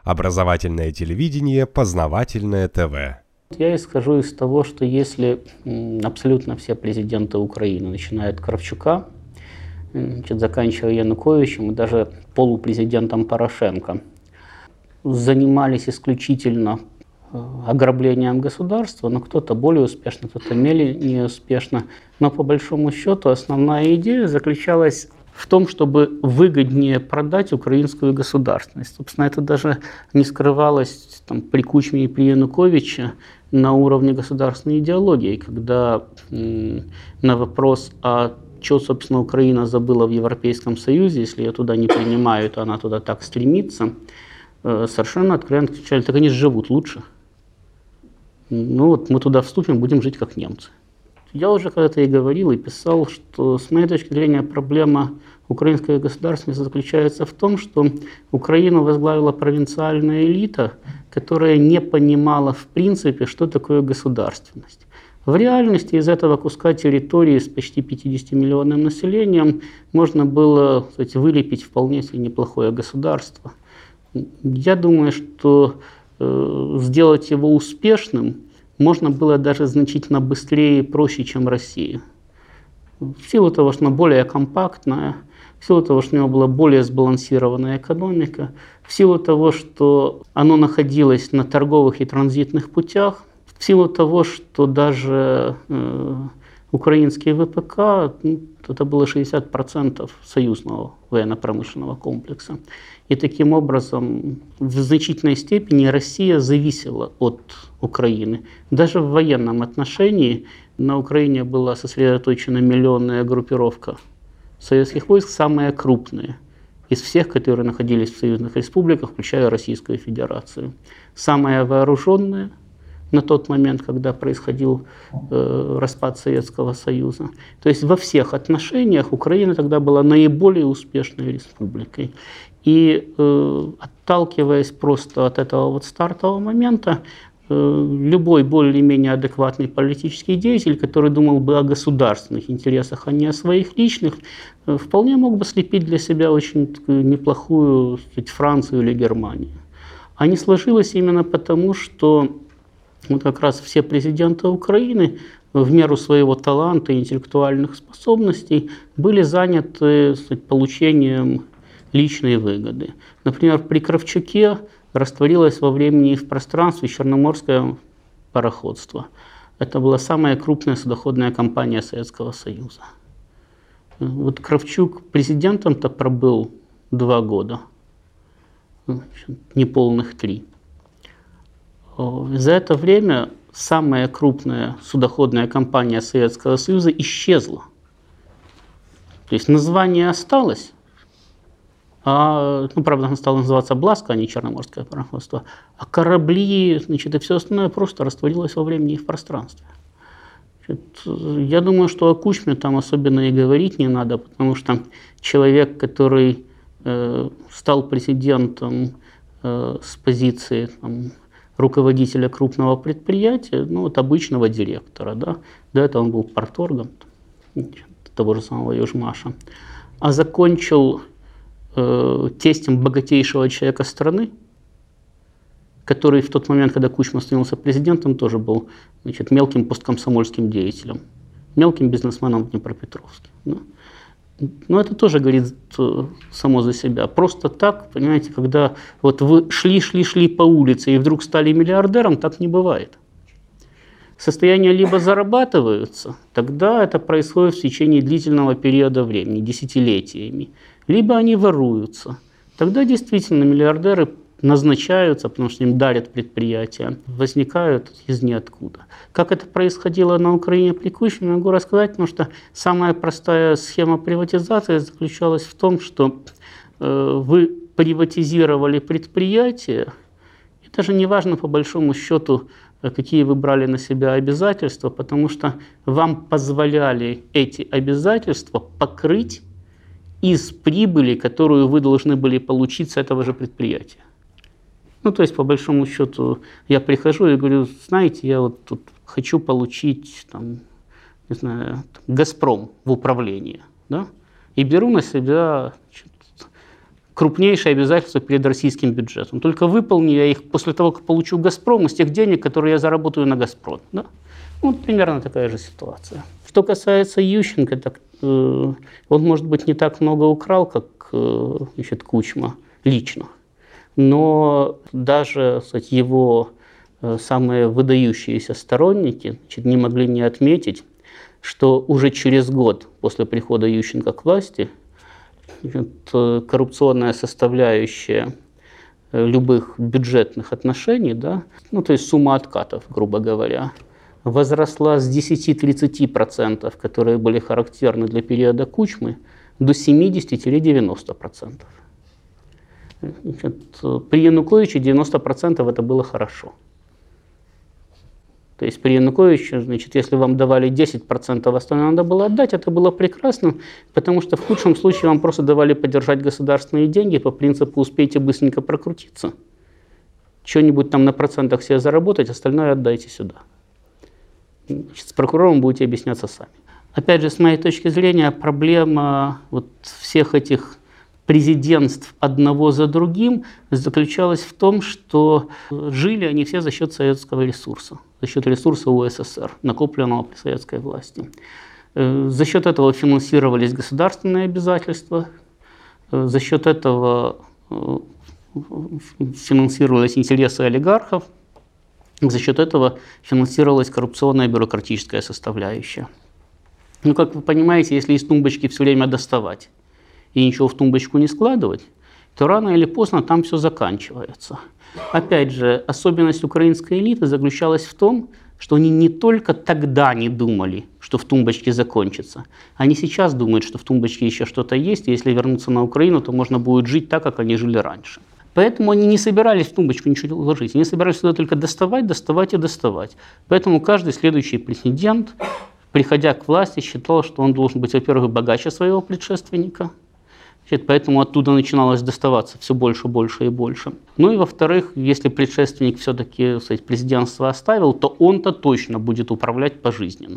Образовательное телевидение, познавательное ТВ. Я исхожу из того, что если абсолютно все президенты Украины, начиная от Кравчука, заканчивая Януковичем и даже полупрезидентом Порошенко, занимались исключительно ограблением государства, но кто-то более успешно, кто-то менее успешно. Но по большому счету основная идея заключалась в том, чтобы выгоднее продать украинскую государственность. Собственно, это даже не скрывалось при Кучме и при Януковиче на уровне государственной идеологии, когда на вопрос, а что, собственно, Украина забыла в Европейском Союзе, если ее туда не принимают, она туда так стремится, совершенно откровенно кричали: так они же живут лучше. Ну вот мы туда вступим, будем жить как немцы. Я уже когда-то и говорил, и писал, что с моей точки зрения проблема украинской государственности заключается в том, что Украину возглавила провинциальная элита, которая не понимала в принципе, что такое государственность. В реальности из этого куска территории с почти 50-миллионным населением можно было, кстати, вылепить вполне себе неплохое государство. Я думаю, что сделать его успешным можно было даже значительно быстрее и проще, чем Россия. В силу того, что она более компактная, в силу того, что у него была более сбалансированная экономика, в силу того, что оно находилось на торговых и транзитных путях, в силу того, что даже украинский ВПК, это было 60% союзного военно-промышленного комплекса. И таким образом в значительной степени Россия зависела от Украины. Даже в военном отношении на Украине была сосредоточена миллионная группировка советских войск, самая крупная из всех, которые находились в союзных республиках, включая Российскую Федерацию. Самая вооруженная на тот момент, когда происходил распад Советского Союза. То есть во всех отношениях Украина тогда была наиболее успешной республикой. И отталкиваясь просто от этого вот стартового момента, любой более-менее адекватный политический деятель, который думал бы о государственных интересах, а не о своих личных, вполне мог бы слепить для себя очень неплохую, сказать, Францию или Германию. А не сложилось именно потому, что вот как раз все президенты Украины в меру своего таланта и интеллектуальных способностей были заняты, сказать, получением личной выгоды. Например, при Кравчуке растворилось во времени и в пространстве черноморское пароходство. Это была самая крупная судоходная компания Советского Союза. Вот Кравчук президентом-то пробыл 2 года, неполных 3. За это время самая крупная судоходная компания Советского Союза исчезла. То есть название осталось, правда, она стала называться «Бласка», а не «Черноморское пароходство», а корабли, значит, и все остальное просто растворилось во времени и в пространстве. Я думаю, что о Кучме там особенно и говорить не надо, потому что человек, который стал президентом с позиции руководителя крупного предприятия, от обычного директора, да, до этого он был парторгом того же самого Южмаша, а закончил тестем богатейшего человека страны, который в тот момент, когда Кучма становился президентом, тоже был, значит, мелким посткомсомольским деятелем, мелким бизнесменом в Днепропетровске. Да. Но это тоже говорит само за себя. Просто так, понимаете, когда вот вы шли по улице и вдруг стали миллиардером, так не бывает. Состояния либо зарабатываются, тогда это происходит в течение длительного периода времени, десятилетиями, либо они воруются. Тогда действительно миллиардеры назначаются, потому что им дарят предприятия, возникают из ниоткуда. Как это происходило на Украине при Кучме, могу рассказать, потому что самая простая схема приватизации заключалась в том, что вы приватизировали предприятие, и даже не важно по большому счету, какие вы брали на себя обязательства, потому что вам позволяли эти обязательства покрыть из прибыли, которую вы должны были получить с этого же предприятия. То есть, по большому счету, я прихожу и говорю: знаете, я вот тут хочу получить, не знаю, «Газпром» в управление, да? И беру на себя крупнейшие обязательства перед российским бюджетом. Только выполню я их после того, как получу «Газпром» из тех денег, которые я заработаю на «Газпроме». Да? Вот примерно такая же ситуация. Что касается Ющенко, так, он, может быть, не так много украл, как Кучма лично. Но даже, кстати, его самые выдающиеся сторонники не могли не отметить, что уже через год после прихода Ющенко к власти коррупционная составляющая любых бюджетных отношений, да, ну, то есть сумма откатов, грубо говоря, возросла с 10-30%, которые были характерны для периода Кучмы, до 70-90%. При Януковиче 90% это было хорошо. То есть при Януковиче, значит, если вам давали 10%, остальное надо было отдать, это было прекрасно, потому что в худшем случае вам просто давали подержать государственные деньги по принципу «успейте быстренько прокрутиться», что-нибудь там на процентах себе заработать, остальное отдайте сюда. Значит, с прокурором будете объясняться сами. Опять же, с моей точки зрения, проблема вот всех этих президентств одного за другим заключалась в том, что жили они все за счет советского ресурса, за счет ресурса УССР, накопленного при советской власти. За счет этого финансировались государственные обязательства, за счет этого финансировались интересы олигархов, за счет этого финансировалась коррупционная бюрократическая составляющая. Ну, как вы понимаете, если из тумбочки все время доставать и ничего в тумбочку не складывать, то рано или поздно там все заканчивается. Опять же, особенность украинской элиты заключалась в том, что они не только тогда не думали, что в тумбочке закончится, они сейчас думают, что в тумбочке еще что-то есть, и если вернуться на Украину, то можно будет жить так, как они жили раньше. Поэтому они не собирались в тумбочку ничего ложить, они собирались сюда только доставать, доставать и доставать. Поэтому каждый следующий президент, приходя к власти, считал, что он должен быть, во-первых, богаче своего предшественника, поэтому оттуда начиналось доставаться все больше, больше и больше. Ну и во-вторых, если предшественник все-таки президентство оставил, то он-то точно будет управлять пожизненно.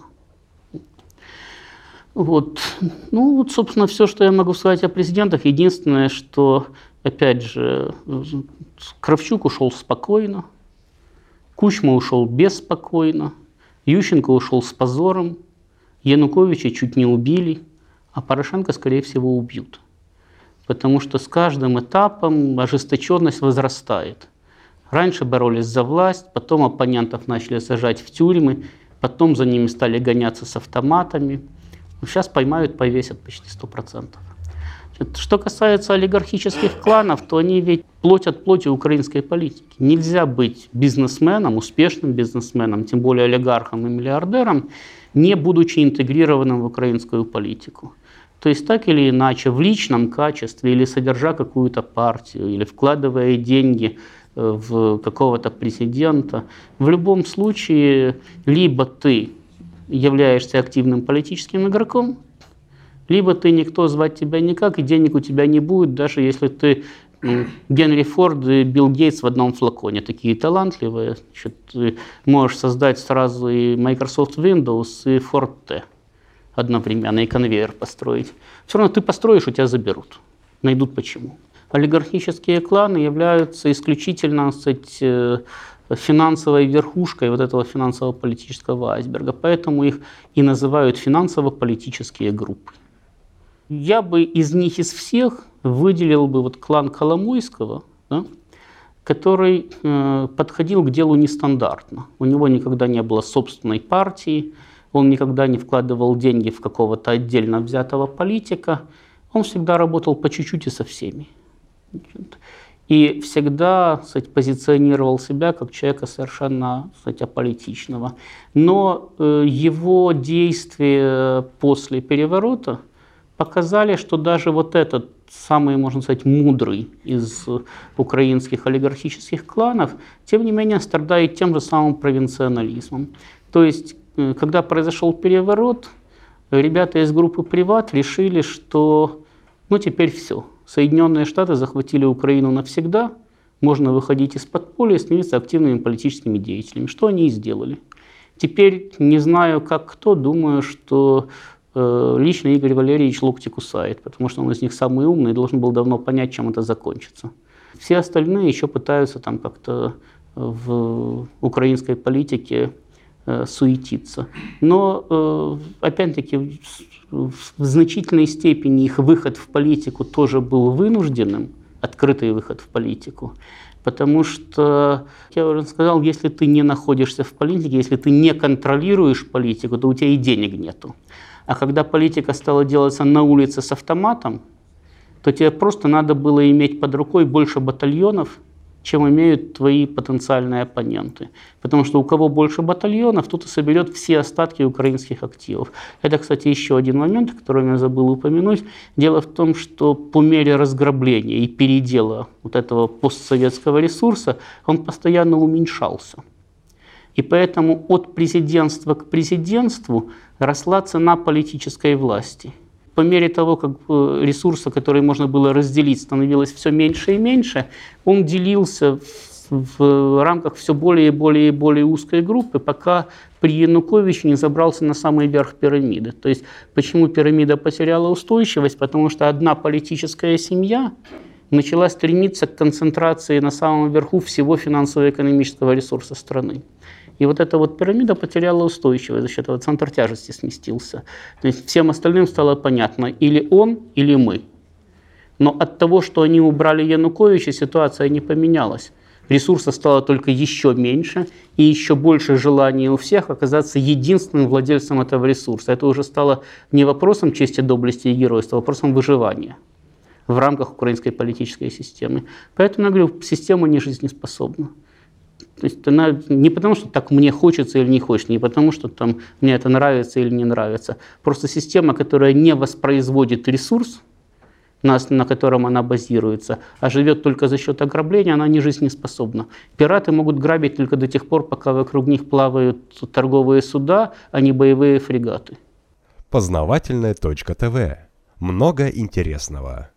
Вот. Ну вот, собственно, все, что я могу сказать о президентах. Единственное, что, опять же, Кравчук ушел спокойно, Кучма ушел беспокойно, Ющенко ушел с позором, Януковича чуть не убили, а Порошенко, скорее всего, убьют. Потому что с каждым этапом ожесточенность возрастает. Раньше боролись за власть, потом оппонентов начали сажать в тюрьмы, потом за ними стали гоняться с автоматами. Сейчас поймают, повесят почти 100%. Что касается олигархических кланов, то они ведь плоть от плоти украинской политики. Нельзя быть бизнесменом, успешным бизнесменом, тем более олигархом и миллиардером, не будучи интегрированным в украинскую политику. То есть так или иначе, в личном качестве, или содержа какую-то партию, или вкладывая деньги в какого-то президента, в любом случае, либо ты являешься активным политическим игроком, либо ты никто, звать тебя никак, и денег у тебя не будет, даже если ты Генри Форд и Билл Гейтс в одном флаконе, такие талантливые. Значит, ты можешь создать сразу и Microsoft Windows, и Ford T одновременно, и конвейер построить. Все равно ты построишь, у тебя заберут. Найдут почему. Олигархические кланы являются исключительно, кстати, финансовой верхушкой вот этого финансово-политического айсберга. Поэтому их и называют финансово-политические группы. Я бы из них, из всех, выделил бы вот клан Коломойского, да, который подходил к делу нестандартно. У него никогда не было собственной партии, он никогда не вкладывал деньги в какого-то отдельно взятого политика. Он всегда работал по чуть-чуть и со всеми. И всегда, кстати, позиционировал себя как человека совершенно, кстати, аполитичного. Но его действия после переворота показали, что даже вот этот самый, можно сказать, мудрый из украинских олигархических кланов, тем не менее, страдает тем же самым провинционализмом. То есть, когда произошел переворот, ребята из группы «Приват» решили, что ну теперь все. Соединенные Штаты захватили Украину навсегда, можно выходить из подполья и становиться активными политическими деятелями. Что они и сделали. Теперь, не знаю как кто, думаю, что лично Игорь Валерьевич локти кусает, потому что он из них самый умный и должен был давно понять, чем это закончится. Все остальные еще пытаются там как-то в украинской политике суетиться. Но, опять-таки, в значительной степени их выход в политику тоже был вынужденным, открытый выход в политику. Потому что, я уже сказал, если ты не находишься в политике, если ты не контролируешь политику, то у тебя и денег нету. А когда политика стала делаться на улице с автоматом, то тебе просто надо было иметь под рукой больше батальонов, чем имеют твои потенциальные оппоненты. Потому что у кого больше батальонов, тот и соберет все остатки украинских активов. Это, кстати, еще один момент, который я забыл упомянуть. Дело в том, что по мере разграбления и передела вот этого постсоветского ресурса, он постоянно уменьшался. И поэтому от президентства к президентству росла цена политической власти. По мере того, как ресурса, который можно было разделить, становилось все меньше и меньше, он делился в рамках все более и более и более узкой группы, пока при Януковиче не забрался на самый верх пирамиды. То есть почему пирамида потеряла устойчивость? Потому что одна политическая семья начала стремиться к концентрации на самом верху всего финансово-экономического ресурса страны. И вот эта вот пирамида потеряла устойчивость, за счет этого центр тяжести сместился. То есть всем остальным стало понятно, или он, или мы. Но от того, что они убрали Януковича, ситуация не поменялась. Ресурса стало только еще меньше, и еще больше желания у всех оказаться единственным владельцем этого ресурса. Это уже стало не вопросом чести, доблести и геройства, а вопросом выживания в рамках украинской политической системы. Поэтому, я говорю, система не жизнеспособна. То есть она не потому, что так мне хочется или не хочется, не потому, что там, мне это нравится или не нравится. Просто система, которая не воспроизводит ресурс, на котором она базируется, а живет только за счет ограбления, она не жизнеспособна. Пираты могут грабить только до тех пор, пока вокруг них плавают торговые суда, а не боевые фрегаты. Познавательная точка ТВ. Много интересного.